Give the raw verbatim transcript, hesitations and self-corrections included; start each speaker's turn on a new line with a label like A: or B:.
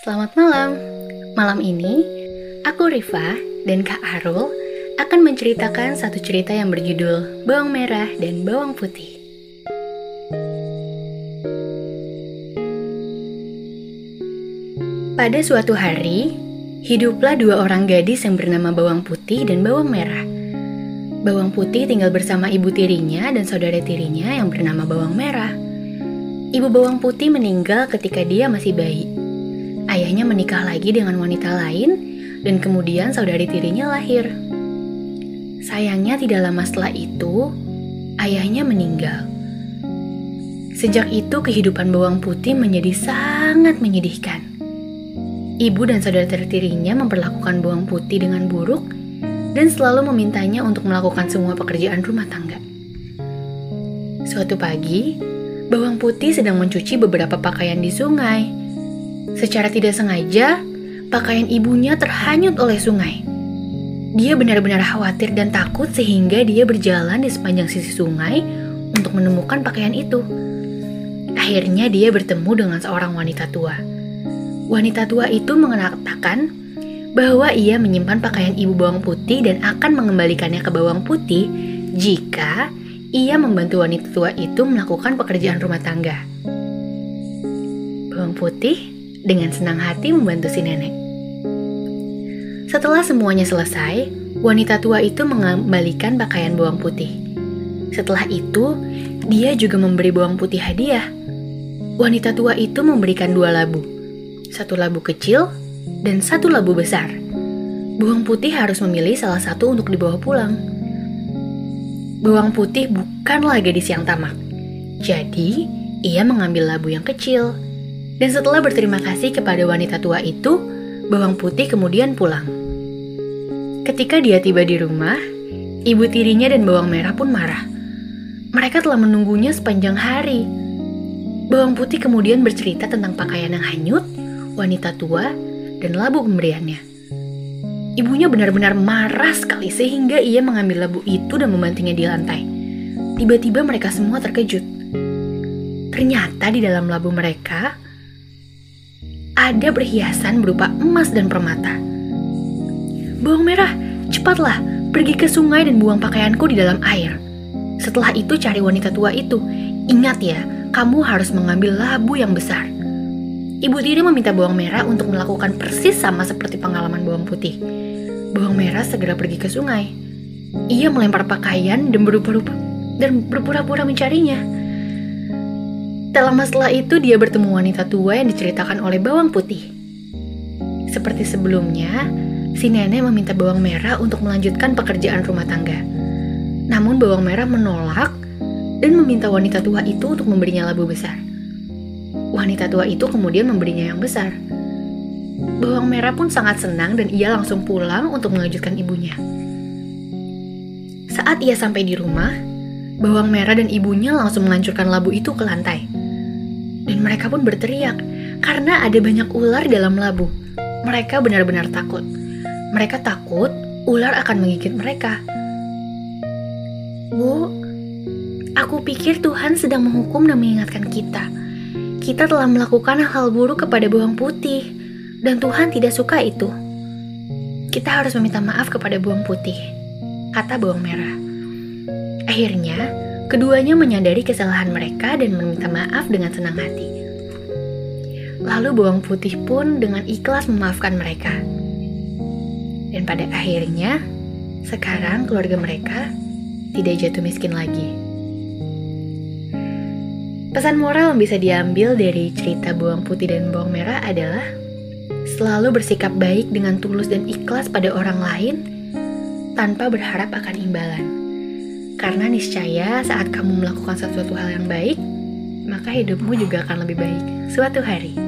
A: Selamat malam. Malam ini, aku Rifa dan Kak Arul akan menceritakan satu cerita yang berjudul Bawang Merah dan Bawang Putih. Pada suatu hari, hiduplah dua orang gadis yang bernama Bawang Putih dan Bawang Merah. Bawang Putih tinggal bersama ibu tirinya dan saudara tirinya yang bernama Bawang Merah. Ibu Bawang Putih meninggal ketika dia masih bayi. Ayahnya menikah lagi dengan wanita lain dan kemudian saudari tirinya lahir. Sayangnya tidak lama setelah itu, ayahnya meninggal. Sejak itu kehidupan Bawang Putih menjadi sangat menyedihkan. Ibu dan saudara tirinya memperlakukan Bawang Putih dengan buruk dan selalu memintanya untuk melakukan semua pekerjaan rumah tangga. Suatu pagi, Bawang Putih sedang mencuci beberapa pakaian di sungai. Secara tidak sengaja, pakaian ibunya terhanyut oleh sungai. Dia benar-benar khawatir dan takut sehingga dia berjalan di sepanjang sisi sungai untuk menemukan pakaian itu. Akhirnya dia bertemu dengan seorang wanita tua. Wanita tua itu mengatakan bahwa ia menyimpan pakaian ibu Bawang Putih dan akan mengembalikannya ke Bawang Putih jika ia membantu wanita tua itu melakukan pekerjaan rumah tangga. Bawang Putih dengan senang hati membantu si nenek. Setelah semuanya selesai, wanita tua itu mengembalikan pakaian Bawang Putih. Setelah itu, dia juga memberi Bawang Putih hadiah. Wanita tua itu memberikan dua labu, satu labu kecil dan satu labu besar. Bawang Putih harus memilih salah satu untuk dibawa pulang. Bawang Putih bukanlah gadis yang tamak, jadi ia mengambil labu yang kecil. Dan setelah berterima kasih kepada wanita tua itu, Bawang Putih kemudian pulang. Ketika dia tiba di rumah, ibu tirinya dan Bawang Merah pun marah. Mereka telah menunggunya sepanjang hari. Bawang Putih kemudian bercerita tentang pakaian yang hanyut, wanita tua, dan labu pemberiannya. Ibunya benar-benar marah sekali sehingga ia mengambil labu itu dan membantingnya di lantai. Tiba-tiba mereka semua terkejut. Ternyata di dalam labu mereka ada perhiasan berupa emas dan permata. Bawang Merah, cepatlah pergi ke sungai dan buang pakaianku di dalam air. Setelah itu cari wanita tua itu. Ingat ya, kamu harus mengambil labu yang besar. Ibu tiri meminta Bawang Merah untuk melakukan persis sama seperti pengalaman Bawang Putih. Bawang Merah segera pergi ke sungai. Ia melempar pakaian dan berpura-pura dan berpura-pura mencarinya. Tak lama setelah itu dia bertemu wanita tua yang diceritakan oleh Bawang Putih. Seperti sebelumnya, si nenek meminta Bawang Merah untuk melanjutkan pekerjaan rumah tangga. Namun Bawang Merah menolak dan meminta wanita tua itu untuk memberinya labu besar. Wanita tua itu kemudian memberinya yang besar. Bawang Merah pun sangat senang dan ia langsung pulang untuk melanjutkan ibunya. Saat ia sampai di rumah, Bawang Merah dan ibunya langsung menghancurkan labu itu ke lantai. Dan mereka pun berteriak karena ada banyak ular dalam labu. Mereka benar-benar takut. Mereka takut ular akan menggigit mereka. Bu, aku pikir Tuhan sedang menghukum dan mengingatkan kita. Kita telah melakukan hal buruk kepada Bawang Putih, dan Tuhan tidak suka itu. Kita harus meminta maaf kepada Bawang Putih, kata Bawang Merah. Akhirnya, keduanya menyadari kesalahan mereka dan meminta maaf dengan senang hati. Lalu Bawang Putih pun dengan ikhlas memaafkan mereka. Dan pada akhirnya, sekarang keluarga mereka tidak jatuh miskin lagi. Pesan moral yang bisa diambil dari cerita Bawang Putih dan Bawang Merah adalah selalu bersikap baik dengan tulus dan ikhlas pada orang lain tanpa berharap akan imbalan. Karena niscaya saat kamu melakukan sesuatu hal yang baik, maka hidupmu juga akan lebih baik suatu hari.